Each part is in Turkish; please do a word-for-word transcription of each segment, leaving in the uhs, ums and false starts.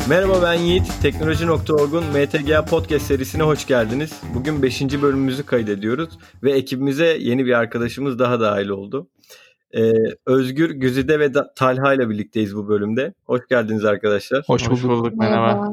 Merhaba, ben Yiğit. Teknoloji nokta org'un M T G A Podcast serisine hoş geldiniz. Bugün beşinci bölümümüzü kaydediyoruz ve ekibimize yeni bir arkadaşımız daha dahil oldu. Ee, Özgür, Güzide ve da- Talha ile birlikteyiz bu bölümde. Hoş geldiniz arkadaşlar. Hoş bulduk. Hoş bulduk. Merhaba.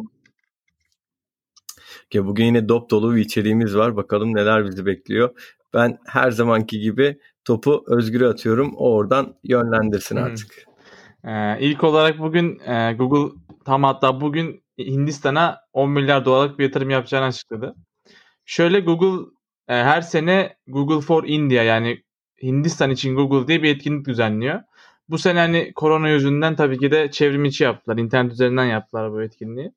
Okay, bugün yine dop dolu bir içeriğimiz var. Bakalım neler bizi bekliyor. Ben her zamanki gibi topu Özgür'e atıyorum. O oradan yönlendirsin artık. Ee, ilk olarak bugün e, Google tam hatta bugün Hindistan'a on milyar dolarlık bir yatırım yapacağını açıkladı. Şöyle Google e, her sene Google for India, yani Hindistan için Google diye bir etkinlik düzenliyor. Bu sene hani korona yüzünden tabii ki de çevrim içi yaptılar. İnternet üzerinden yaptılar bu etkinliği.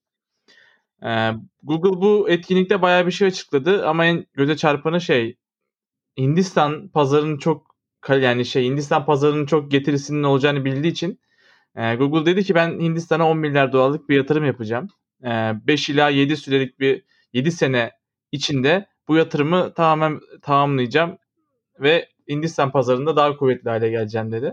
Ee, Google bu etkinlikte bayağı bir şey açıkladı ama en göze çarpanı şey, Hindistan pazarının çok yani şey Hindistan pazarının çok getirisinin olacağını bildiği için e, Google dedi ki ben Hindistan'a on milyar dolarlık bir yatırım yapacağım. E, beş ila yedi sürelik bir yedi sene içinde bu yatırımı tamamen tamamlayacağım ve Hindistan pazarında daha kuvvetli hale geleceğim dedi.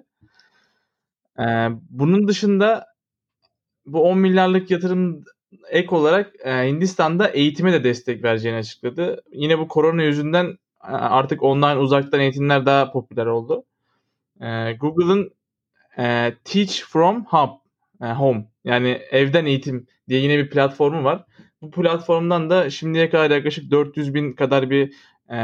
E, bunun dışında bu on milyarlık yatırım ek olarak e, Hindistan'da eğitime de destek vereceğini açıkladı. Yine bu korona yüzünden artık online uzaktan eğitimler daha popüler oldu. E, Google'ın e, Teach from Hub, e, Home, yani evden eğitim diye yine bir platformu var. Bu platformdan da şimdiye kadar yaklaşık dört yüz bin kadar bir e,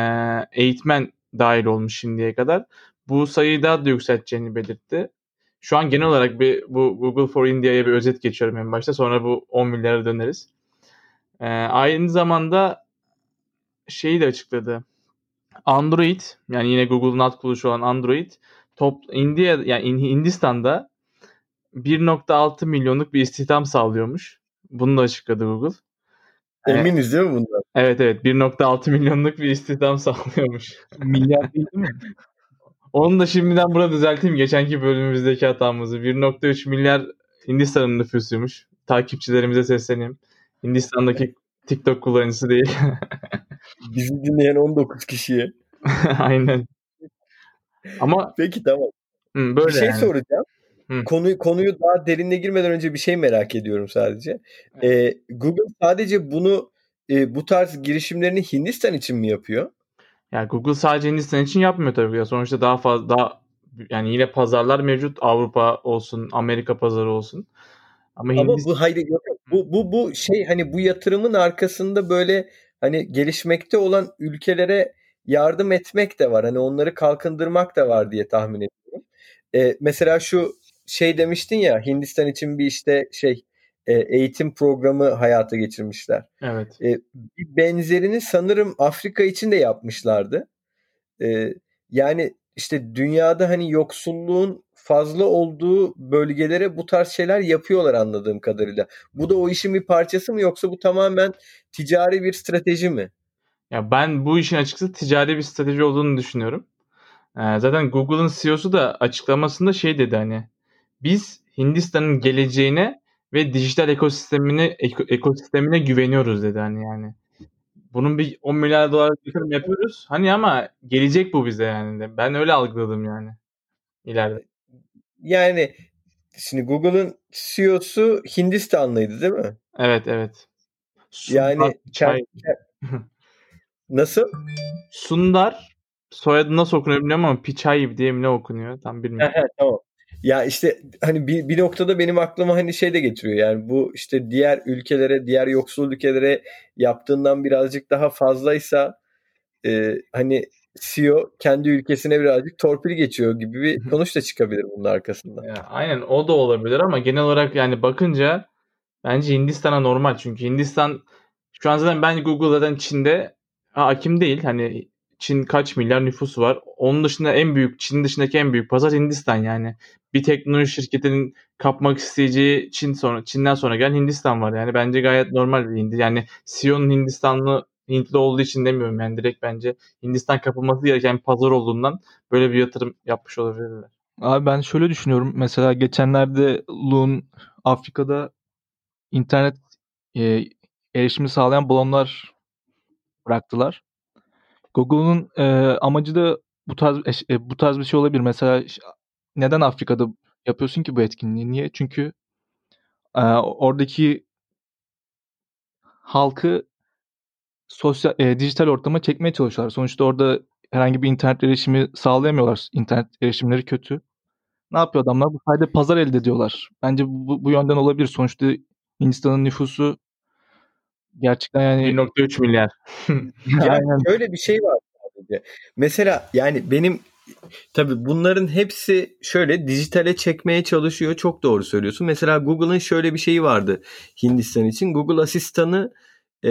eğitmen dahil olmuş şimdiye kadar. Bu sayıyı daha da yükselteceğini belirtti. Şu an genel olarak bir bu Google for India'ya bir özet geçiyorum en başta. Sonra bu on milyara döneriz. E, aynı zamanda şeyi de açıkladı. Android, yani yine Google'un alt kuruluşu olan Android, top India yani Hindistan'da bir nokta altı milyonluk bir istihdam sağlıyormuş. Bunu da açıkladı Google. Eminiz değil mi bundan? Evet evet bir nokta altı milyonluk bir istihdam sağlıyormuş. Milyar değil mi? Onu da şimdiden burada düzelteyim. Geçenki bölümümüzdeki hatamızı. bir nokta üç milyar Hindistan'ın nüfusuymuş. Takipçilerimize sesleneyim. Hindistan'daki TikTok kullanıcısı değil. Bizi dinleyen on dokuz kişiye. Aynen. Ama Peki, tamam. hı, böyle bir şey yani. soracağım. Hı. Konuyu konuyu daha derinine girmeden önce bir şey merak ediyorum sadece. Ee, Google sadece bunu e, bu tarz girişimlerini Hindistan için mi yapıyor? Ya Google sadece Hindistan için yapmıyor tabii ya. Sonuçta daha fazla daha yani yine pazarlar mevcut. Avrupa olsun, Amerika pazarı olsun. Ama Ama Hindistan bu hayır yok, yok. Bu bu bu şey, hani bu yatırımın arkasında böyle hani gelişmekte olan ülkelere yardım etmek de var. Hani onları kalkındırmak da var diye tahmin ediyorum. Ee, mesela şu şey demiştin ya, Hindistan için bir işte şey e, eğitim programı hayata geçirmişler. evet. Ee, bir benzerini sanırım Afrika için de yapmışlardı. Ee, yani işte dünyada hani yoksulluğun fazla olduğu bölgelere bu tarz şeyler yapıyorlar anladığım kadarıyla. Bu da o işin bir parçası mı, yoksa bu tamamen ticari bir strateji mi? Ya ben bu işin açıkçası ticari bir strateji olduğunu düşünüyorum. Ee, zaten Google'ın C E O'su da açıklamasında şey dedi, hani biz Hindistan'ın geleceğine ve dijital ekosistemine eko- ekosistemine güveniyoruz dedi, hani yani. Bunun bir on milyar dolar yatırım yapıyoruz. Hani ama gelecek bu bize yani de. Ben öyle algıladım yani ileride. Yani şimdi Google'ın C E O'su Hindistanlıydı değil mi? Evet evet. Sundar Yani Pichai. nasıl? Sundar, soyadı nasıl okunuyor bilmiyorum ama Pichai diye mi ne okunuyor tam bilmiyorum. Tamam. Ya işte hani bir, bir noktada benim aklıma hani şey de getiriyor. Yani bu işte diğer ülkelere, diğer yoksul ülkelere yaptığından birazcık daha fazlaysa e, hani C E O kendi ülkesine birazcık torpil geçiyor gibi bir sonuç da çıkabilir bunun arkasından. Ya, aynen o da olabilir ama genel olarak yani bakınca bence Hindistan'a normal. Çünkü Hindistan şu an zaten ben Google zaten Çin'de hakim değil. Hani Çin kaç milyar nüfusu var. Onun dışında en büyük, Çin dışındaki en büyük pazar Hindistan yani. Bir teknoloji şirketinin kapmak isteyeceği Çin sonra Çin'den sonra gelen Hindistan var. Yani bence gayet normal bir Hindi. Yani C E O'nun Hindistanlı Hintli olduğu için demiyorum yani, direkt bence Hindistan kapılması gereken bir pazar olduğundan böyle bir yatırım yapmış olabilirler. Abi ben şöyle düşünüyorum. Mesela geçenlerde Loon Afrika'da internet e, erişimi sağlayan balonlar bıraktılar. Google'un e, amacı da bu tarz e, bu tarz bir şey olabilir. Mesela neden Afrika'da yapıyorsun ki bu etkinliği? Niye? Çünkü e, oradaki halkı sosyal e, dijital ortama çekmeye çalışıyorlar. Sonuçta orada herhangi bir internet erişimi sağlayamıyorlar. İnternet erişimleri kötü. Ne yapıyor adamlar? Bu sayede pazar elde ediyorlar. Bence bu, bu yönden olabilir. Sonuçta Hindistan'ın nüfusu gerçekten yani bir nokta üç milyar. Ya aynen. şöyle bir şey var sadece. Mesela yani benim tabii bunların hepsi şöyle dijitale çekmeye çalışıyor. Çok doğru söylüyorsun. Mesela Google'ın şöyle bir şeyi vardı Hindistan için. Google asistanı e,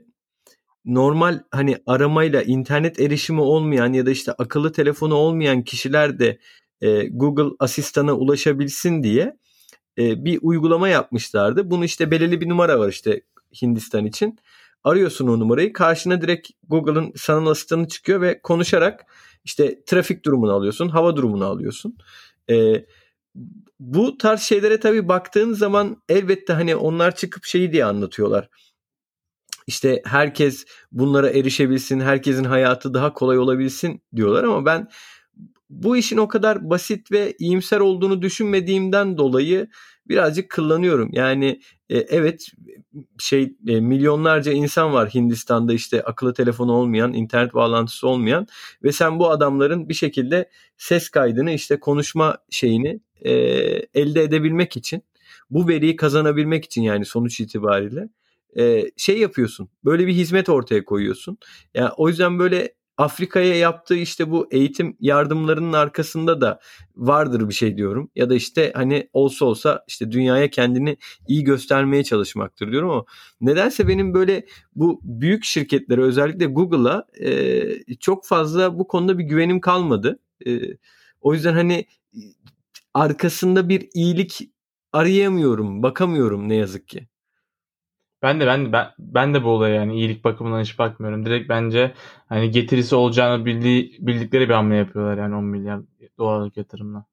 normal hani aramayla internet erişimi olmayan ya da işte akıllı telefonu olmayan kişiler de e, Google asistan'a ulaşabilsin diye e, bir uygulama yapmışlardı. Bunu işte belirli bir numara var işte Hindistan için. Arıyorsun o numarayı. Karşına direkt Google'ın sanal asistanı çıkıyor ve konuşarak işte trafik durumunu alıyorsun, hava durumunu alıyorsun. E, bu tarz şeylere tabii baktığın zaman elbette hani onlar çıkıp şeyi diye anlatıyorlar. İşte herkes bunlara erişebilsin, herkesin hayatı daha kolay olabilsin diyorlar ama ben bu işin o kadar basit ve iyimser olduğunu düşünmediğimden dolayı birazcık kıllanıyorum. Yani e, evet şey e, milyonlarca insan var Hindistan'da işte akıllı telefonu olmayan, internet bağlantısı olmayan ve sen bu adamların bir şekilde ses kaydını işte konuşma şeyini e, elde edebilmek için, bu veriyi kazanabilmek için yani sonuç itibariyle e, şey yapıyorsun. Böyle bir hizmet ortaya koyuyorsun. Yani o yüzden böyle Afrika'ya yaptığı işte bu eğitim yardımlarının arkasında da vardır bir şey diyorum. Ya da işte hani olsa olsa işte dünyaya kendini iyi göstermeye çalışmaktır diyorum ama nedense benim böyle bu büyük şirketlere özellikle Google'a e, çok fazla bu konuda bir güvenim kalmadı. E, o yüzden hani arkasında bir iyilik arayamıyorum, bakamıyorum ne yazık ki. Ben de ben de ben, ben de bu olaya yani iyilik bakımından hiç bakmıyorum. Direkt bence hani getirisi olacağını bildiği, bildikleri bir hamle yapıyorlar yani on milyar dolarlık yatırımla.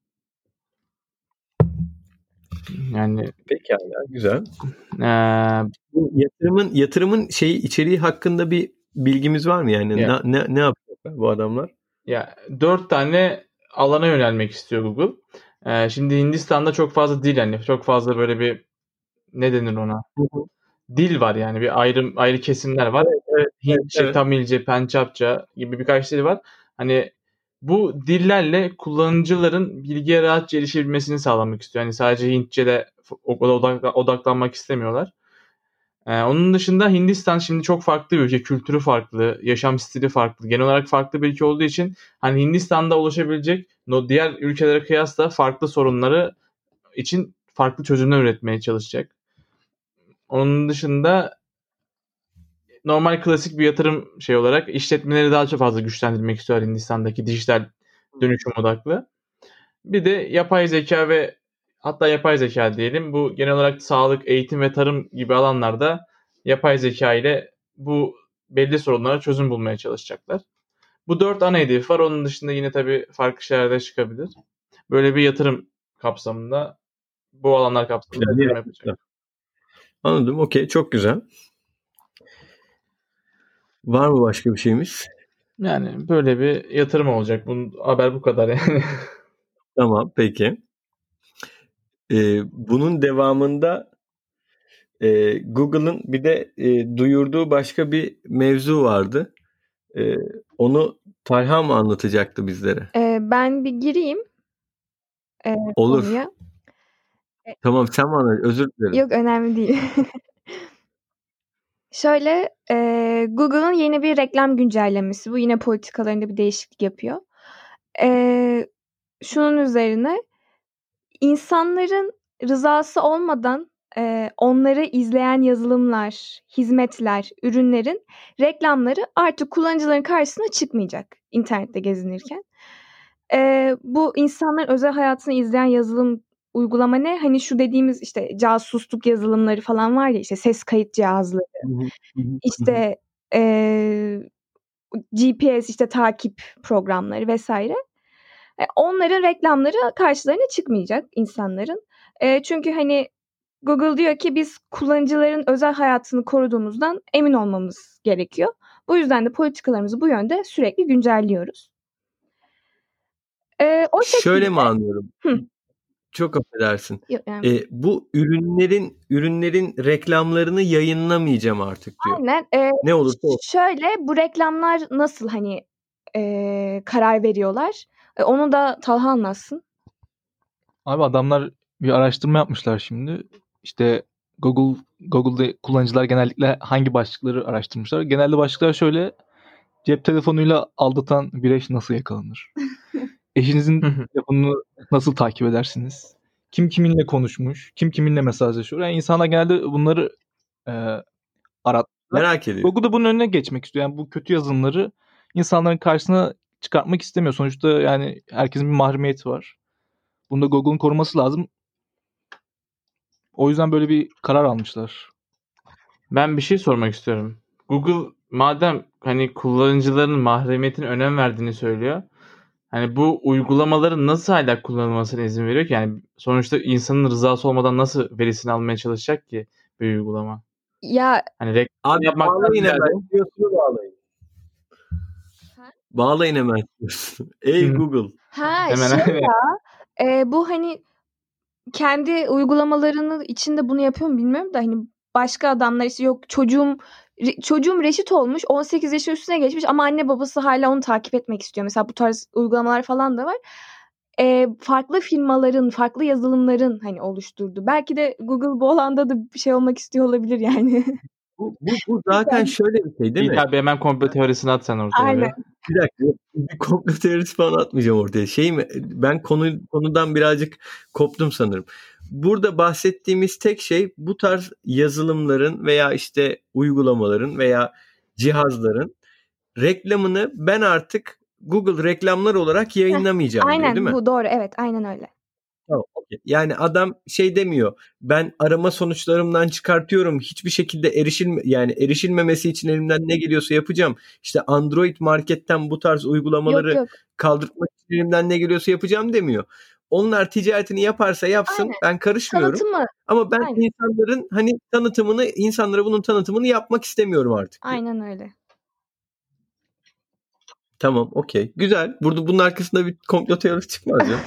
Yani Pekala, güzel. Ee, Bu yatırımın yatırımın şeyi içeriği hakkında bir bilgimiz var mı yani ya, ne ne, ne yapıyorlar bu adamlar? ya dört tane alana yönelmek istiyor Google. Ee, şimdi Hindistan'da çok fazla dil yani çok fazla böyle bir ne denir ona? Hı hı. Dil var yani bir ayrı ayrı kesimler var. Evet, evet, Hintçe, evet. Tamilce, Pencapça gibi birkaç dil var. Hani bu dillerle kullanıcıların bilgiye rahatça erişebilmesini sağlamak istiyor. Yani sadece Hintçe'de odaklanmak istemiyorlar. Ee, onun dışında Hindistan şimdi çok farklı bir ülke. Kültürü farklı, yaşam stili farklı. Genel olarak farklı bir ülke olduğu için hani Hindistan'da ulaşabilecek diğer ülkelere kıyasla farklı sorunları için farklı çözümler üretmeye çalışacak. Onun dışında normal klasik bir yatırım şey olarak işletmeleri daha çok fazla güçlendirmek istiyor Hindistan'daki dijital dönüşüm odaklı. Bir de yapay zeka ve hatta yapay zeka diyelim. Bu genel olarak sağlık, eğitim ve tarım gibi alanlarda yapay zeka ile bu belli sorunlara çözüm bulmaya çalışacaklar. Bu dört ana hedef var. Onun dışında yine tabii farklı şeyler de çıkabilir. Böyle bir yatırım kapsamında bu alanlar kapsamında Planı yatırım yapmışlar. yapacak. Anladım. Okey, çok güzel. Var mı başka bir şeyimiz? Yani böyle bir yatırım olacak. Bunun haber bu kadar yani. Tamam, peki. Ee, bunun devamında e, Google'ın bir de e, duyurduğu başka bir mevzu vardı. E, onu Talha mı anlatacaktı bizlere? Ee, ben bir gireyim e, Olur. konuya. Tamam, sen mi anlat? Özür dilerim. Yok, önemli değil. Şöyle e, Google'ın yeni bir reklam güncellemesi. Bu yine politikalarında bir değişiklik yapıyor. E, şunun üzerine insanların rızası olmadan e, onları izleyen yazılımlar, hizmetler, ürünlerin reklamları artık kullanıcıların karşısına çıkmayacak internette gezinirken. E, bu insanların özel hayatını izleyen yazılım uygulama ne? Hani şu dediğimiz işte casusluk yazılımları falan var ya, işte ses kayıt cihazları, işte e, G P S işte takip programları vesaire. E, onların reklamları karşılarına çıkmayacak insanların. E, çünkü hani Google diyor ki biz kullanıcıların özel hayatını koruduğumuzdan emin olmamız gerekiyor. Bu yüzden de politikalarımızı bu yönde sürekli güncelliyoruz. E, o Şöyle şekilde... mi anlıyorum? Hı. çok affedersin. Yok yani. E, bu ürünlerin ürünlerin reklamlarını yayınlamayacağım artık diyor. Aynen. E, Ne olursa olsun. şöyle bu reklamlar nasıl hani e, karar veriyorlar? E, onu da Talha anlatsın. Abi adamlar bir araştırma yapmışlar şimdi. İşte Google Google'da kullanıcılar genellikle hangi başlıkları araştırmışlar? Genelde başlıklar şöyle: cep telefonuyla aldatan bir eş nasıl yakalanır? Eşinizin telefonunu nasıl takip edersiniz? Kim kiminle konuşmuş? Kim kiminle mesajlaşıyor? Yani insanlar genelde bunları e, aratmışlar. Merak ediyorum. Google da bunun önüne geçmek istiyor. Yani bu kötü yazılımları insanların karşısına çıkartmak istemiyor. Sonuçta yani herkesin bir mahremiyeti var. Bunu da Google'un koruması lazım. O yüzden böyle bir karar almışlar. Ben bir şey sormak istiyorum. Google madem hani kullanıcıların mahremiyetine önem verdiğini söylüyor. Hani bu uygulamaların nasıl hala kullanılmasına izin veriyor ki? Yani sonuçta insanın rızası olmadan nasıl verisini almaya çalışacak ki bir uygulama? Ya Hani reklam Abi yapmaktan bağlayın ziyade- hemen. Diyorsunuz bağlayın. Ha? Bağlayın hemen. Ey Hı. Google. ha Hemen şey hemen. ya e, bu hani kendi uygulamalarının içinde bunu yapıyor mu bilmiyorum da hani başka adamlar işte yok çocuğum re- çocuğum reşit olmuş on sekiz yaşın üstüne geçmiş ama anne babası hala onu takip etmek istiyor. Mesela bu tarz uygulamalar falan da var. E, farklı firmaların, farklı yazılımların hani oluşturdu. Belki de Google bu alanda da bir şey olmak istiyor olabilir yani. Bu, bu, bu zaten şöyle bir şey değil mi? İyi tabii hemen komplo teorisini at sen ortaya. Aynen. be. Bir dakika. Bir komplo teorisi falan atmayacağım ortaya. Şey mi? Ben konu konudan birazcık koptum sanırım. Burada bahsettiğimiz tek şey bu tarz yazılımların veya işte uygulamaların veya cihazların reklamını ben artık Google reklamlar olarak yayınlamayacağım diyor, Aynen değil mi? bu doğru, evet, aynen öyle. Tamam, okey. Yani adam şey demiyor. Ben arama sonuçlarımdan çıkartıyorum. Hiçbir şekilde erişilme yani erişilmemesi için elimden ne geliyorsa yapacağım. İşte Android marketten bu tarz uygulamaları Yok yok. kaldırmak için elimden ne geliyorsa yapacağım demiyor. Onlar ticaretini yaparsa yapsın. Aynen. Ben karışmıyorum. Tanıtımı. Ama ben Aynen. insanların hani tanıtımını, insanlara bunun tanıtımını yapmak istemiyorum artık diyor. Aynen öyle. Tamam, okey. Güzel. Burada bunun arkasında bir komplo teorisi çıkmaz ya.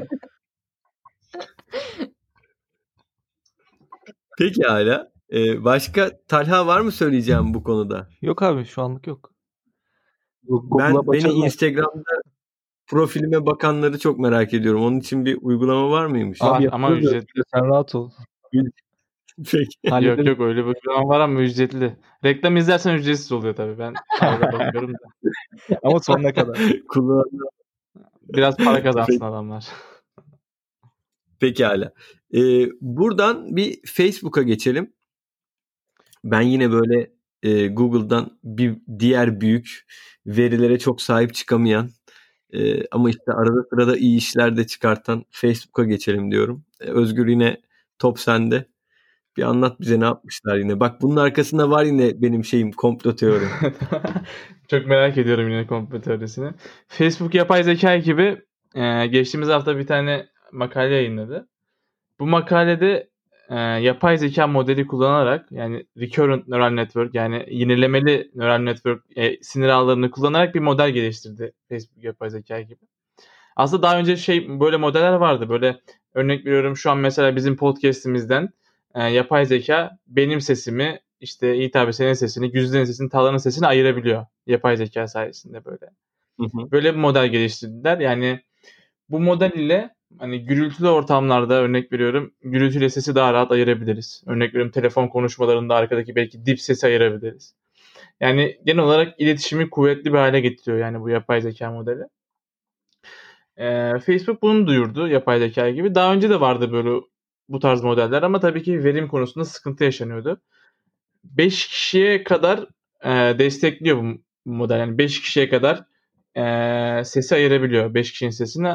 Peki hala. Ee, başka Talha var mı söyleyeceğim bu konuda? Yok abi şu anlık yok. Google'a Ben beni başarılar. Instagram'da profilime bakanları çok merak ediyorum. Onun için bir uygulama var mıymış? Var Abi ama yapıyoruz ya, ücretli. sen rahat ol. Peki. Yok Hallederiz. yok öyle bir uygulama var ama ücretli. Reklam izlersen ücretsiz oluyor tabii. Ben arada bakıyorum da. Ama sonuna kadar. Kullananlar. Biraz para kazansın Peki. adamlar. Pekala. Ee, buradan bir Facebook'a geçelim. Ben yine böyle e, Google'dan bir diğer büyük verilere çok sahip çıkamayan e, ama işte arada sırada iyi işler de çıkartan Facebook'a geçelim diyorum. E, Özgür yine top sende. Bir anlat bize ne yapmışlar yine. Bak bunun arkasında var yine benim şeyim komplo teorim. Çok merak ediyorum yine komplo teorisini. Facebook yapay zeka ekibi e, geçtiğimiz hafta bir tane makale yayınladı. Bu makalede e, yapay zeka modeli kullanarak yani recurrent neural network yani yenilemeli neural network e, sinir ağlarını kullanarak bir model geliştirdi Facebook yapay zeka ekibi. Aslında daha önce şey böyle modeller vardı. Böyle örnek veriyorum şu an mesela bizim podcast'imizden e, yapay zeka benim sesimi işte Yiğit abi senin sesini, Güzde'nin sesini, Talhan'ın sesini ayırabiliyor yapay zeka sayesinde böyle. Hı hı. Böyle bir model geliştirdiler. Yani bu model ile hani gürültülü ortamlarda örnek veriyorum gürültüyle sesi daha rahat ayırabiliriz. Örnek veriyorum telefon konuşmalarında arkadaki belki dip sesi ayırabiliriz. Yani genel olarak iletişimi kuvvetli bir hale getiriyor yani bu yapay zeka modeli. Ee, Facebook bunu duyurdu yapay zeka gibi. Daha önce de vardı böyle bu tarz modeller ama tabii ki verim konusunda sıkıntı yaşanıyordu. beş kişiye kadar e, destekliyor bu model. Yani beş kişiye kadar e, sesi ayırabiliyor. beş kişinin sesini.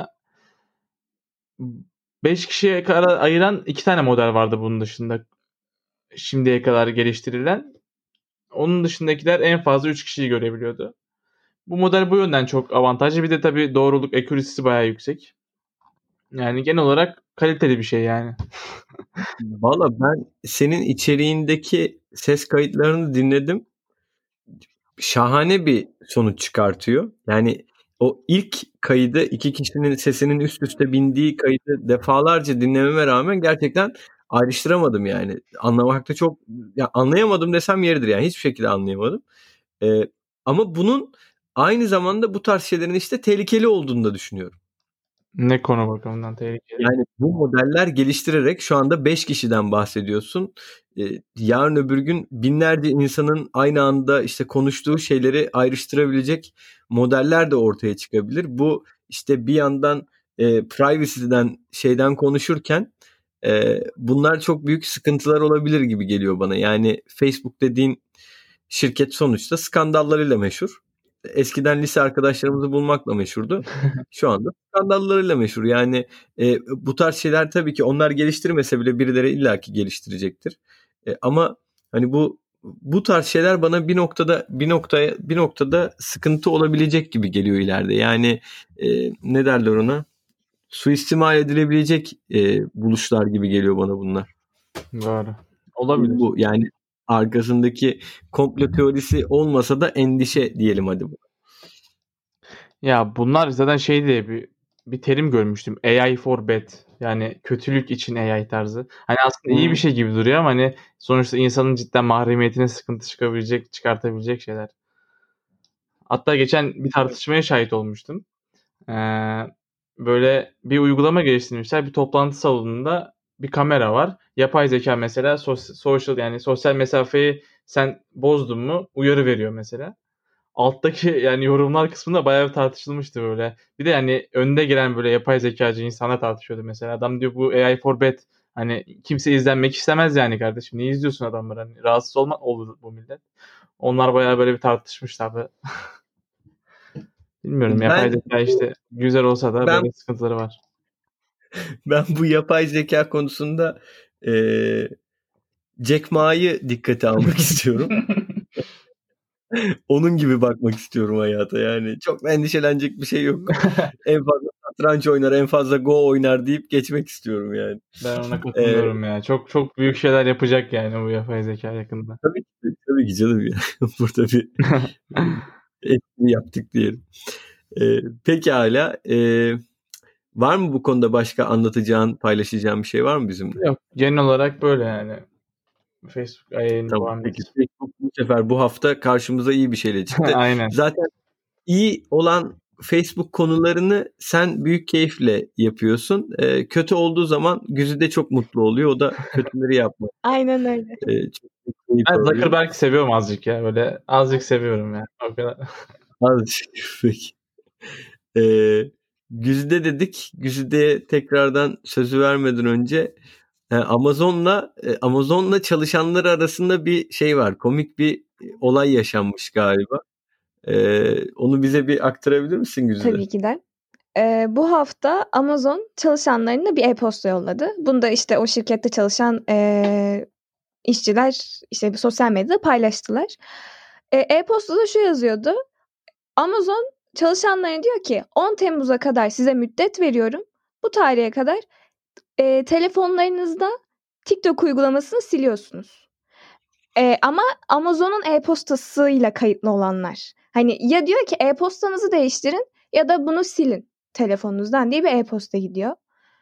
beş kişiye kadar ayıran iki tane model vardı bunun dışında. Şimdiye kadar geliştirilen. Onun dışındakiler en fazla üç kişiyi görebiliyordu. Bu model bu yönden çok avantajlı. Bir de tabii doğruluk, accuracy'si bayağı yüksek. Yani genel olarak kaliteli bir şey yani. Valla ben senin içeriğindeki ses kayıtlarını dinledim. Şahane bir sonuç çıkartıyor. Yani o ilk kaydı iki kişinin sesinin üst üste bindiği kaydı defalarca dinlememe rağmen gerçekten ayrıştıramadım yani. Anlamakta çok ya anlayamadım desem yeridir yani hiçbir şekilde anlayamadım. Ee, ama bunun aynı zamanda bu tarz şeylerin işte tehlikeli olduğunu da düşünüyorum. Ne konu bakımından tehlikeli? Yani bu modeller geliştirerek şu anda beş kişiden bahsediyorsun. Ee, yarın öbür gün binlerce insanın aynı anda işte konuştuğu şeyleri ayrıştırabilecek modeller de ortaya çıkabilir. Bu işte bir yandan e, privacy'den şeyden konuşurken e, bunlar çok büyük sıkıntılar olabilir gibi geliyor bana. Yani Facebook dediğin şirket sonuçta skandallarıyla meşhur. Eskiden lise arkadaşlarımızı bulmakla meşhurdu. Şu anda skandallarıyla meşhur. Yani e, bu tarz şeyler tabii ki onlar geliştirmese bile birileri illaki geliştirecektir. E, ama hani bu bu tarz şeyler bana bir noktada bir noktaya bir noktada sıkıntı olabilecek gibi geliyor ileride. Yani e, ne derler ona? Suistimal edilebilecek e, buluşlar gibi geliyor bana bunlar. Doğru. Olabilir. Bu yani arkasındaki komplo teorisi olmasa da endişe diyelim hadi bu. Ya bunlar zaten şey diye bir bir terim görmüştüm. A I for bad. Yani kötülük için A I tarzı. Hani aslında iyi bir şey gibi duruyor ama hani sonuçta insanın cidden mahremiyetine sıkıntı çıkabilecek, çıkartabilecek şeyler. Hatta geçen bir tartışmaya şahit olmuştum. Ee, böyle bir uygulama geliştirmişler. Bir toplantı salonunda bir kamera var. Yapay zeka mesela sos- social yani sosyal mesafeyi sen bozdun mu uyarı veriyor mesela. Alttaki yani yorumlar kısmında bayağı bir tartışılmıştı böyle. Bir de yani önde gelen böyle yapay zekacı insanlar tartışıyordu mesela. Adam diyor bu A I for bad. Hani kimse izlenmek istemez yani kardeşim. Niye izliyorsun adamları? Hani rahatsız olma olur bu millet. Onlar bayağı böyle bir tartışmışlardı. Bilmiyorum Ben, yapay zeka işte güzel olsa da ben, böyle sıkıntıları var. Ben bu yapay zeka konusunda e, Jack Ma'yı dikkate almak istiyorum. Onun gibi bakmak istiyorum hayata yani. Çok endişelenecek bir şey yok. En fazla satranç oynar, en fazla Go oynar deyip geçmek istiyorum yani. Ben ona katılıyorum ee, ya. Çok çok büyük şeyler yapacak yani bu yapay zeka yakında. Tabii ki, tabii ki canım ya. Burada bir espri yaptık diyelim. Ee, pekala. E, var mı bu konuda başka anlatacağın, paylaşacağın bir şey var mı bizimle? Yok. Genel olarak böyle yani. Facebook ayağını tamam, devam peki. Facebook bu sefer bu hafta karşımıza iyi bir şeyle çıktı. Aynen. Zaten iyi olan Facebook konularını sen büyük keyifle yapıyorsun. Ee, kötü olduğu zaman Güzide çok mutlu oluyor. O da kötüleri yapmak. Aynen öyle. Ee, çok ben Zuckerberg'i seviyorum azıcık ya. Böyle azıcık seviyorum ya. O kadar. Azıcık peki. Ee, Güzide dedik. Güzide'ye tekrardan sözü vermeden önce Amazon'la Amazon'la çalışanları arasında bir şey var. Komik bir olay yaşanmış galiba. Ee, onu bize bir aktarabilir misin Güzide? Tabii ki de. Ee, bu hafta Amazon çalışanlarına bir e-posta yolladı. Bunda işte o şirkette çalışan e, işçiler işte bir sosyal medyada paylaştılar. E, e-postada şu yazıyordu. Amazon çalışanlarına diyor ki on Temmuz'a kadar size müddet veriyorum. Bu tarihe kadar e, telefonlarınızda TikTok uygulamasını siliyorsunuz. E, ama Amazon'un e-postasıyla kayıtlı olanlar. Hani ya diyor ki e-postanızı değiştirin ya da bunu silin telefonunuzdan diye bir e-posta gidiyor.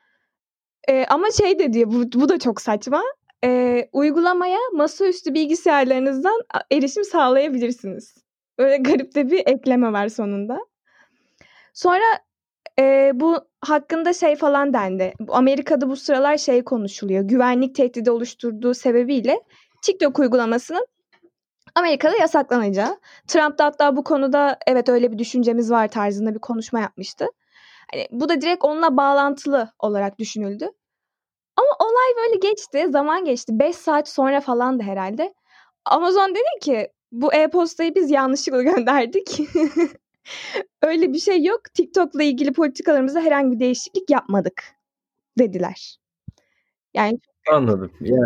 E, ama şey de diyor bu, bu da çok saçma. E, uygulamaya masaüstü bilgisayarlarınızdan erişim sağlayabilirsiniz. Böyle garip de bir ekleme var sonunda. Sonra e, bu hakkında şey falan dendi. Amerika'da bu sıralar şey konuşuluyor. Güvenlik tehdidi oluşturduğu sebebiyle TikTok uygulamasının Amerika'da yasaklanacağı. Trump da hatta bu konuda evet öyle bir düşüncemiz var tarzında bir konuşma yapmıştı. Hani bu da direkt onunla bağlantılı olarak düşünüldü. Ama olay böyle geçti, zaman geçti. beş saat sonra falan da herhalde. Amazon dedi ki bu e-postayı biz yanlışlıkla gönderdik. Öyle bir şey yok. TikTok'la ilgili politikalarımızda herhangi bir değişiklik yapmadık dediler. Yani anladım. Yani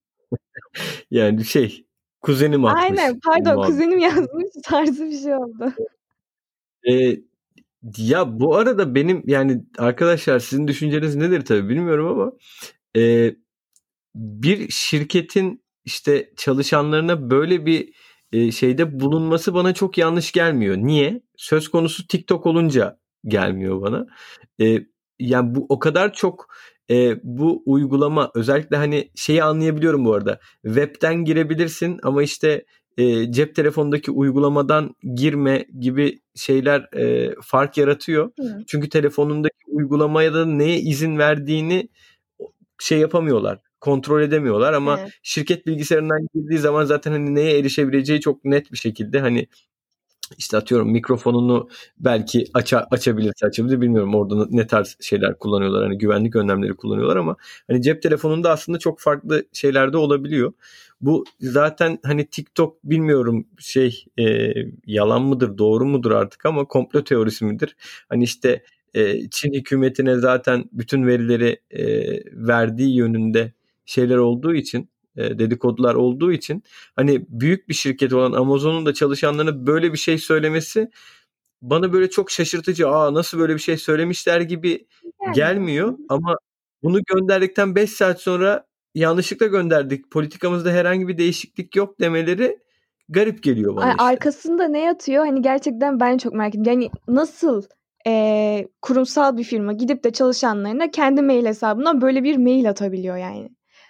yani şey kuzenim atmış. Aynen pardon kuzenim yazmış tarzı bir şey oldu. Ee, ya bu arada benim yani arkadaşlar sizin düşünceniz nedir tabii bilmiyorum ama e, bir şirketin işte çalışanlarına böyle bir e, şeyde bulunması bana çok yanlış gelmiyor. Niye? Söz konusu TikTok olunca gelmiyor bana. E, yani bu o kadar çok e, bu uygulama, özellikle hani şeyi anlayabiliyorum bu arada. Web'ten girebilirsin ama işte e, cep telefonundaki uygulamadan girme gibi şeyler e, fark yaratıyor. Hı. Çünkü telefonundaki uygulamaya da neye izin verdiğini şey yapamıyorlar, kontrol edemiyorlar ama Evet. şirket bilgisayarından girdiği zaman zaten hani neye erişebileceği çok net bir şekilde, hani işte atıyorum mikrofonunu belki aça, açabilirse açabilir, bilmiyorum orada ne tarz şeyler kullanıyorlar, hani güvenlik önlemleri kullanıyorlar ama hani cep telefonunda aslında çok farklı şeyler de olabiliyor. Bu zaten hani TikTok bilmiyorum şey e, yalan mıdır doğru mudur artık ama komplo teorisi midir? Hani işte e, Çin hükümetine zaten bütün verileri e, verdiği yönünde şeyler olduğu için, e, dedikodular olduğu için, hani büyük bir şirket olan Amazon'un da çalışanlarına böyle bir şey söylemesi bana böyle çok şaşırtıcı. Aa, nasıl böyle bir şey söylemişler gibi Yani. gelmiyor ama bunu gönderdikten beş saat sonra yanlışlıkla gönderdik, politikamızda herhangi bir değişiklik yok demeleri garip geliyor bana Ay, işte. arkasında ne yatıyor? Hani gerçekten ben çok merak ediyorum. Yani nasıl eee, kurumsal bir firma gidip de çalışanlarına kendi mail hesabından böyle bir mail atabiliyor yani?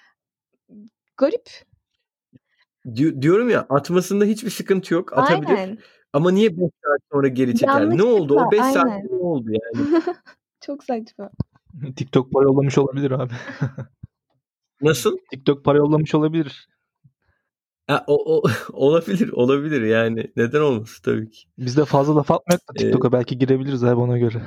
Garip. Di- diyorum ya, atmasında hiçbir sıkıntı yok. Atabilir. Aynen. Ama niye beş saat sonra geri çeker? Ne oldu? Yanlışlıkla. O beş saatte Aynen. ne oldu yani? Çok saçma. TikTok para yollamış olabilir abi. Nasıl? TikTok para yollamış olabilir. Ha, o, o olabilir, olabilir yani. Neden olmasın tabii ki. Biz de fazla laf atmayak da Ee, TikTok'a belki girebiliriz abi ona göre.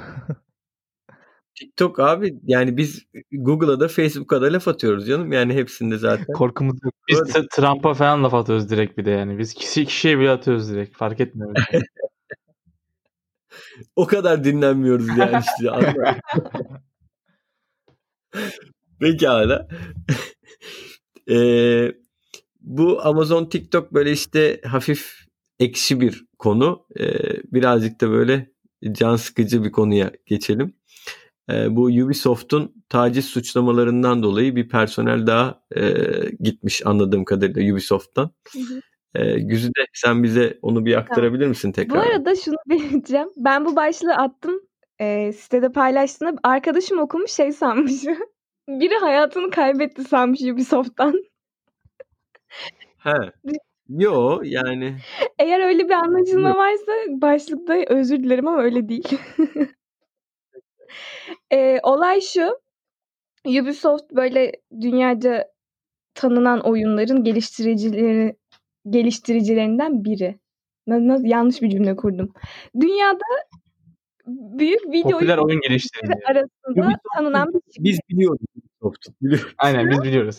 TikTok abi, yani biz Google'a da Facebook'a da laf atıyoruz canım. Yani hepsinde zaten. Korkumuz yok. Biz Böyle. t- Trump'a falan laf atıyoruz direkt bir de yani. Biz kişi kişiye bile atıyoruz direkt. Fark etmiyor. bize. O kadar dinlenmiyoruz yani işte. Anla. Pekala. Ee, bu Amazon TikTok böyle işte hafif ekşi bir konu. Ee, birazcık da böyle can sıkıcı bir konuya geçelim. Ee, bu Ubisoft'un taciz suçlamalarından dolayı bir personel daha e, gitmiş anladığım kadarıyla Ubisoft'tan. Hı hı. Ee, Güzide, sen bize onu bir aktarabilir misin Bu tekrar? arada şunu belirteceğim. Ben bu başlığı attım. Eee, sitede paylaştığında arkadaşım okumuş şey sanmış. Biri hayatını kaybetti sanmış Ubisoft'tan. He. Yo yani. Eğer öyle bir anlaşılma Bilmiyorum. varsa başlıkta özür dilerim ama öyle değil. Eee, olay şu. Ubisoft böyle dünyaca tanınan oyunların geliştiricileri geliştiricilerinden biri. Na- na- yanlış bir cümle kurdum. Dünyada büyük video Popüler oyun oyuncuları geliştiriliyor. arasında Ubisoft'u tanınan bir biz biliyoruz. Ubisoft'u biliyoruz. Aynen biz biliyoruz.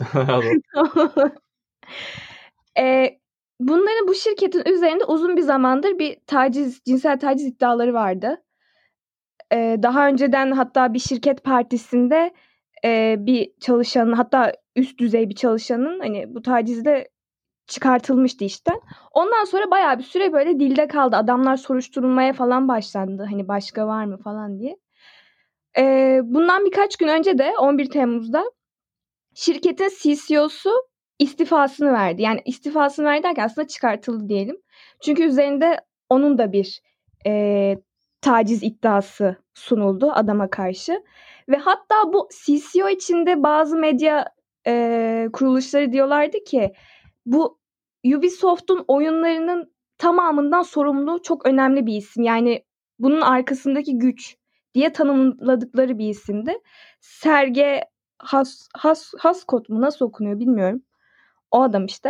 Eee, bunların bu şirketin üzerinde uzun bir zamandır bir taciz, cinsel taciz iddiaları vardı. Eee, daha önceden hatta bir şirket partisinde eee, bir çalışanın, hatta üst düzey bir çalışanın hani bu tacizle çıkartılmıştı işten. Ondan sonra bayağı bir süre böyle dilde kaldı. Adamlar soruşturulmaya falan başlandı. Hani başka var mı falan diye. Eee, bundan birkaç gün önce de on bir Temmuz'da şirketin C C O'su istifasını verdi. Yani istifasını verdi derken aslında çıkartıldı diyelim. Çünkü üzerinde onun da bir eee, taciz iddiası sunuldu adama karşı. Ve hatta bu C C O içinde bazı medya eee, kuruluşları diyorlardı ki bu Ubisoft'un oyunlarının tamamından sorumlu çok önemli bir isim. Yani bunun arkasındaki güç diye tanımladıkları bir isimdi. Serge Has, Has, Haskot mu nasıl okunuyor bilmiyorum. O adam işte.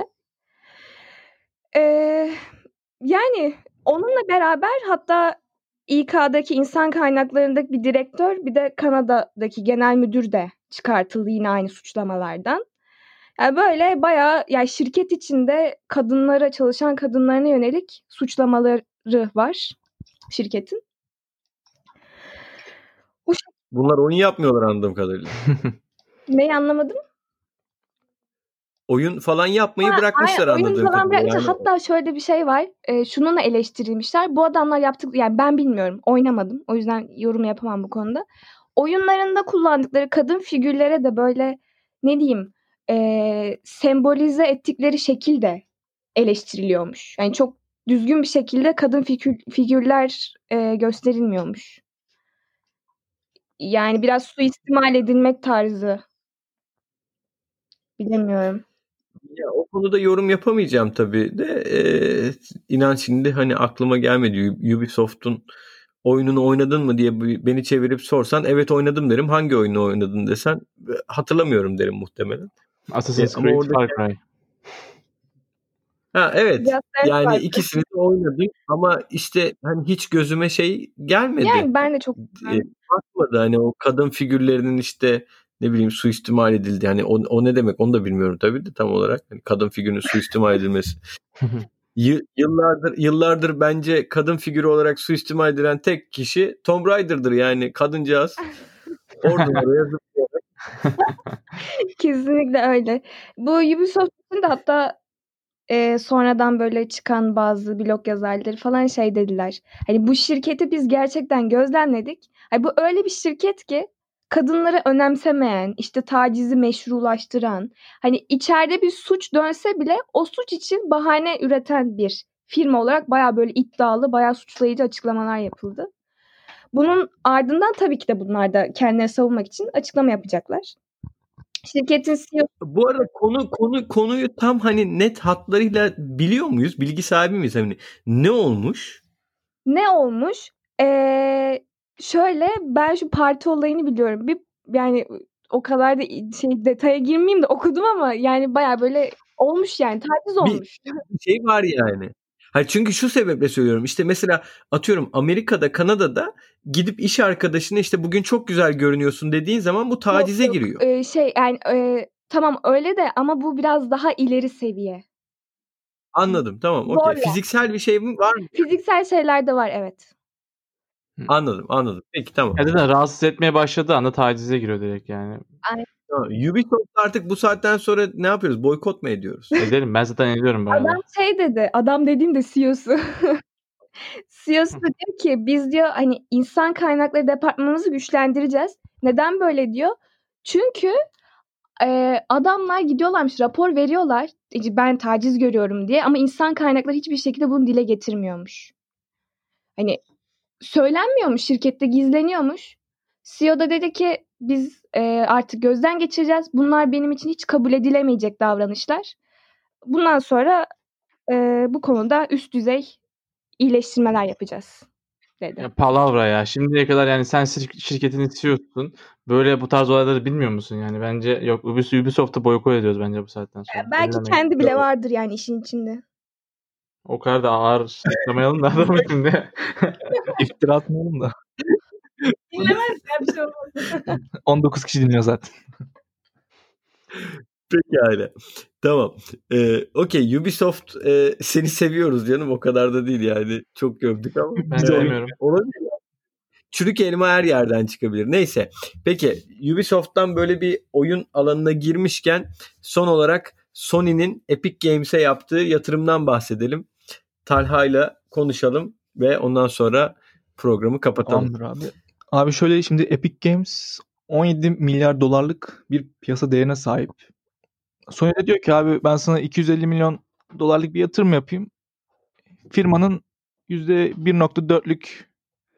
Ee, yani onunla beraber hatta İK'daki insan kaynaklarındaki bir direktör, bir de Kanada'daki genel müdür de çıkartıldı yine aynı suçlamalardan. Yani böyle bayağı yani şirket içinde kadınlara, çalışan kadınlarına yönelik suçlamaları var şirketin. Bu ş- Bunlar oyun yapmıyorlar anladığım kadarıyla. Neyi anlamadım? Oyun falan yapmayı Ha, bırakmışlar aynen oyun anladığım falan kadarıyla. bırakınca Yani hatta şöyle bir şey var. E, şununla eleştirilmişler. Bu adamlar yaptık yani ben bilmiyorum. Oynamadım. O yüzden yorum yapamam bu konuda. Oyunlarında kullandıkları kadın figürlere de böyle ne diyeyim e, sembolize ettikleri şekil de eleştiriliyormuş. Yani çok düzgün bir şekilde kadın figür, figürler e, gösterilmiyormuş. Yani biraz suistimal edilmek tarzı. Bilemiyorum. Ya, o konuda yorum yapamayacağım tabii de e, inan şimdi hani aklıma gelmedi. Ubisoft'un oyununu oynadın mı diye beni çevirip sorsan evet oynadım derim. Hangi oyunu oynadın desen hatırlamıyorum derim muhtemelen. Assassin's e, Creed, orada... Far Cry. Ha evet. Yani farklı. İkisini de oynadım ama işte hani hiç gözüme şey gelmedi. Yani ben de çok e, bakmadı hani o kadın figürlerinin işte ne bileyim suistimal edildi. Yani o, o ne demek onu da bilmiyorum tabii de tam olarak. Yani kadın figürünün suistimal edilmesi. Y- yıllardır yıllardır bence kadın figürü olarak suistimal edilen tek kişi Tomb Raider'dır yani kadıncağız. Oradan oraya zıplayarak. Kesinlikle öyle. Bu Ubisoft'un da hatta e, sonradan böyle çıkan bazı blog yazarları falan şey dediler. Hani bu şirketi biz gerçekten gözlemledik. Hani bu öyle bir şirket ki kadınları önemsemeyen, işte tacizi meşrulaştıran, hani içeride bir suç dönse bile o suç için bahane üreten bir firma olarak bayağı böyle iddialı, bayağı suçlayıcı açıklamalar yapıldı. Bunun ardından tabii ki de bunlar da kendilerini savunmak için açıklama yapacaklar. Şirketin C E O... Bu arada konu konu konuyu tam hani net hatlarıyla biliyor muyuz? Bilgi sahibi miyiz? Hani ne olmuş? Ne olmuş? Ee, şöyle ben şu parti olayını biliyorum. Bir yani o kadar da şey detaya girmeyeyim de okudum ama yani bayağı böyle olmuş yani taciz olmuş. Bir şey var yani. Hayır çünkü şu sebeple söylüyorum. İşte mesela atıyorum Amerika'da, Kanada'da gidip iş arkadaşına işte bugün çok güzel görünüyorsun dediğin zaman bu tacize yok, yok. giriyor. Ee, şey yani e, tamam öyle de ama bu biraz daha ileri seviye. Anladım tamam okey. Fiziksel bir şey mi var mı? Fiziksel şeyler de var evet. Anladım anladım. Peki tamam. Ya da rahatsız etmeye başladığı anda tacize giriyor direkt yani. Aynen. Tamam. Ubisoft artık bu saatten sonra ne yapıyoruz? Boykot mu ediyoruz? Edelim. Ben zaten ediyorum bayağı. Adam şey dedi. Adam dediğim de C E O'su. C E O'su diyor ki biz diyor hani insan kaynakları departmanımızı güçlendireceğiz. Neden böyle diyor? Çünkü e, adamlar gidiyorlarmış rapor veriyorlar. Ben taciz görüyorum diye ama insan kaynakları hiçbir şekilde bunu dile getirmiyormuş. Hani söylenmiyormuş, şirkette gizleniyormuş. C E O da dedi ki biz e, artık gözden geçireceğiz. Bunlar benim için hiç kabul edilemeyecek davranışlar. Bundan sonra e, bu konuda üst düzey iyileştirmeler yapacağız dedi. Ya, palavra ya. Şimdiye kadar yani sen şirketini C E O'sun. Böyle bu tarz olayları bilmiyor musun yani? Bence yok. Ubisoft'u boykot ediyoruz bence bu saatten sonra. Ya belki Ellemeyin. Kendi bile vardır yani işin içinde. O kadar da ağır sıklamayalım da adamın içinde. İftira atmayalım da. Dinlemez ya bir şey olmaz. on dokuz kişi dinliyor zaten. Pekala. Tamam. Ee, Okey. Ubisoft e, seni seviyoruz canım. O kadar da değil yani. Çok gömdük ama. Ben sevmiyorum. Olabilir ya. Çürük elma her yerden çıkabilir. Neyse. Peki Ubisoft'tan böyle bir oyun alanına girmişken son olarak Sony'nin Epic Games'e yaptığı yatırımdan bahsedelim. Talha'yla konuşalım ve ondan sonra programı kapatalım. Tamamdır abi. Abi şöyle şimdi Epic Games on yedi milyar dolarlık bir piyasa değerine sahip. Sony de diyor ki abi ben sana iki yüz elli milyon dolarlık bir yatırım yapayım. Firmanın yüzde bir virgül dörtlük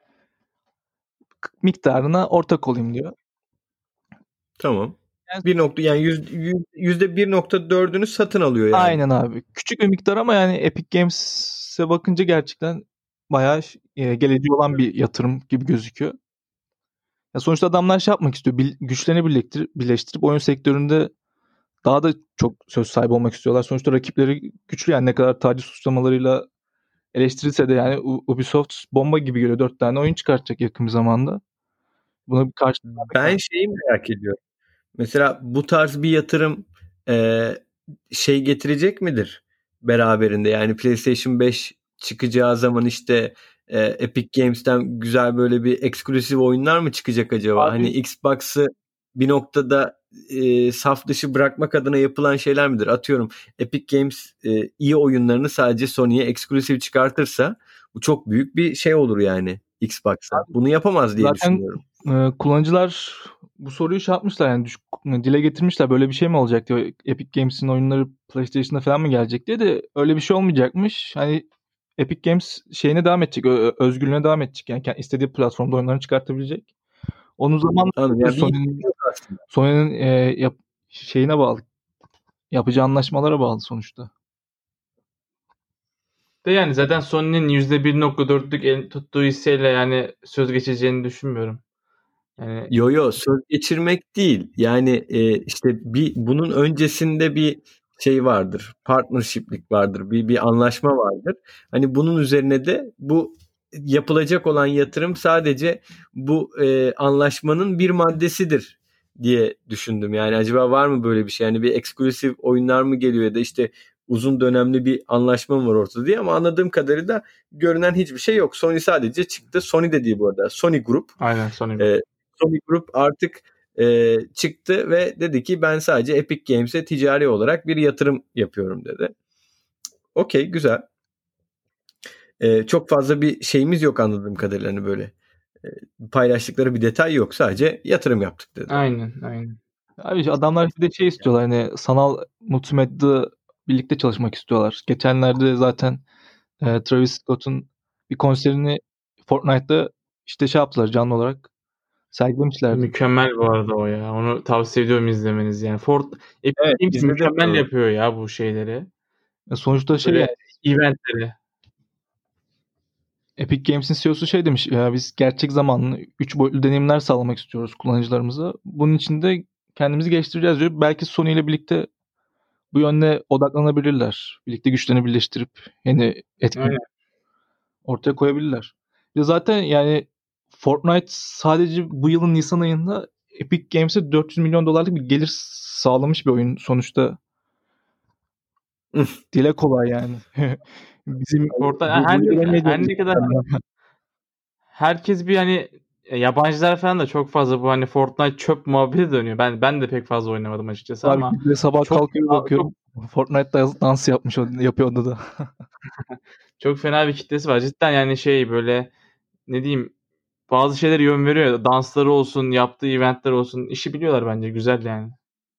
miktarına ortak olayım diyor. Tamam. Bir nokta yani yüzde bir nokta dördünü satın alıyor yani. Aynen abi. Küçük bir miktar ama yani Epic Games'e bakınca gerçekten bayağı e, geleceği olan bir yatırım gibi gözüküyor. Ya sonuçta adamlar şey yapmak istiyor. Bil, güçlerini birleştirip, birleştirip oyun sektöründe daha da çok söz sahibi olmak istiyorlar. Sonuçta rakipleri güçlü yani ne kadar taciz suçlamalarıyla eleştirilse de yani Ubisoft bomba gibi geliyor. Dört tane oyun çıkartacak yakın bir zamanda. Buna bir karşı... Ben şeyi merak ediyorum. Mesela bu tarz bir yatırım e, şey getirecek midir beraberinde? Yani PlayStation beş çıkacağı zaman işte e, Epic Games'ten güzel böyle bir eksklusif oyunlar mı çıkacak acaba? Abi, hani Xbox'ı bir noktada e, saf dışı bırakmak adına yapılan şeyler midir? Atıyorum Epic Games e, iyi oyunlarını sadece Sony'ye eksklusif çıkartırsa bu çok büyük bir şey olur yani Xbox'a. Bunu yapamaz diye zaten, düşünüyorum. e, kullanıcılar bu soruyu şey yapmışlar yani düş, dile getirmişler böyle bir şey mi olacak diyor. Epic Games'in oyunları PlayStation'da falan mı gelecek diye de öyle bir şey olmayacakmış. Hani Epic Games şeyine devam edecek, ö- özgürlüğüne devam edecek. Yani kendi istediği platformda oyunlarını çıkartabilecek. Onun zaman Anladım. Yani bir Sony'nin yok aslında. Sony'nin e, yap, şeyine bağlı. Yapacağı anlaşmalara bağlı sonuçta. De yani zaten Sony'nin yüzde bir nokta dörtlük el tuttuğu hisseyle yani söz geçeceğini düşünmüyorum. Yani Yo yo söz geçirmek değil. Yani e, işte bir bunun öncesinde bir şey vardır. Partnership'lik vardır. Bir bir anlaşma vardır. Hani bunun üzerine de bu yapılacak olan yatırım sadece bu e, anlaşmanın bir maddesidir diye düşündüm. Yani acaba var mı böyle bir şey? Yani bir eksklusif oyunlar mı geliyor ya da işte uzun dönemli bir anlaşma mı var ortada diye, ama anladığım kadarıyla görünen hiçbir şey yok. Sony sadece çıktı. Sony de değil bu arada. Sony Group. aynen Sony. E, Sony Group artık e, çıktı ve dedi ki ben sadece Epic Games'e ticari olarak bir yatırım yapıyorum dedi. Okey, güzel. E, çok fazla bir şeyimiz yok anladığım kadarıyla, hani böyle e, paylaştıkları bir detay yok, sadece yatırım yaptık dedi. Aynen aynen. Abi adamlar bir de şey istiyorlar hani sanal multimedya birlikte çalışmak istiyorlar. Geçenlerde zaten e, Travis Scott'un bir konserini Fortnite'da işte şey yaptılar canlı olarak sergilemişlerdi. Mükemmel bu arada o ya. Onu tavsiye ediyorum izlemeniz yani. Ford Epic Evet, Games izledim mükemmel onu. yapıyor ya bu şeyleri. E, sonuçta şey Böyle yani, eventleri. Epic Games'in C E O'su şey demiş ya biz gerçek zamanlı üç boyutlu deneyimler sağlamak istiyoruz kullanıcılarımıza. Bunun için de kendimizi geliştireceğiz diyor. Belki Sony ile birlikte bu yönde odaklanabilirler. Birlikte güçlerini birleştirip yeni etkinlik Aynen. ortaya koyabilirler. Ya zaten yani Fortnite sadece bu yılın Nisan ayında Epic Games'e dört yüz milyon dolarlık bir gelir sağlamış bir oyun sonuçta. Dile kolay yani. Bizim Orta bu, her bu yıl ne, her demeyeceğim. ne kadar herkes bir hani e, yabancılar falan da çok fazla bu hani Fortnite çöp muhabbeti dönüyor. Ben ben de pek fazla oynamadım açıkçası Abi ama bir de sabah çok kalkıyor fena, bakıyorum. Fortnite'da dans yapmış o- yapıyor odada. çok fena bir kitlesi var. Cidden yani şey böyle ne diyeyim bazı şeyler yön veriyor. Dansları olsun, yaptığı eventler olsun. İşi biliyorlar bence. Güzel yani.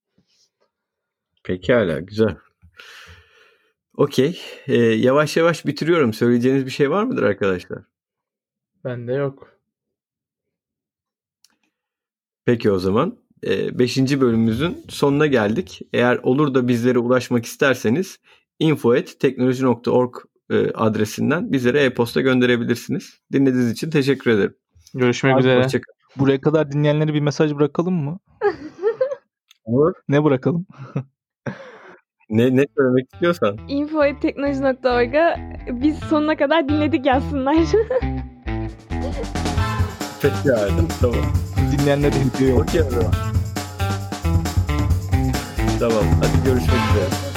Pekala, güzel. Okey. Ee, yavaş yavaş bitiriyorum. Söyleyeceğiniz bir şey var mıdır arkadaşlar? Bende yok. Peki o zaman. Ee, beşinci bölümümüzün sonuna geldik. Eğer olur da bizlere ulaşmak isterseniz info at teknoloji nokta org e, adresinden bizlere e-posta gönderebilirsiniz. Dinlediğiniz için teşekkür ederim. Görüşmek Abi, üzere. Hoşçakalın. Buraya kadar dinleyenlere bir mesaj bırakalım mı? Olur. Ne bırakalım? Ne, ne söylemek istiyorsan. info at teknoloji nokta org'a biz sonuna kadar dinledik yazsınlar. Pekala. Tamam. Dinleyenlere hediye yok. Okey o zaman. Tamam. Hadi görüşmek üzere.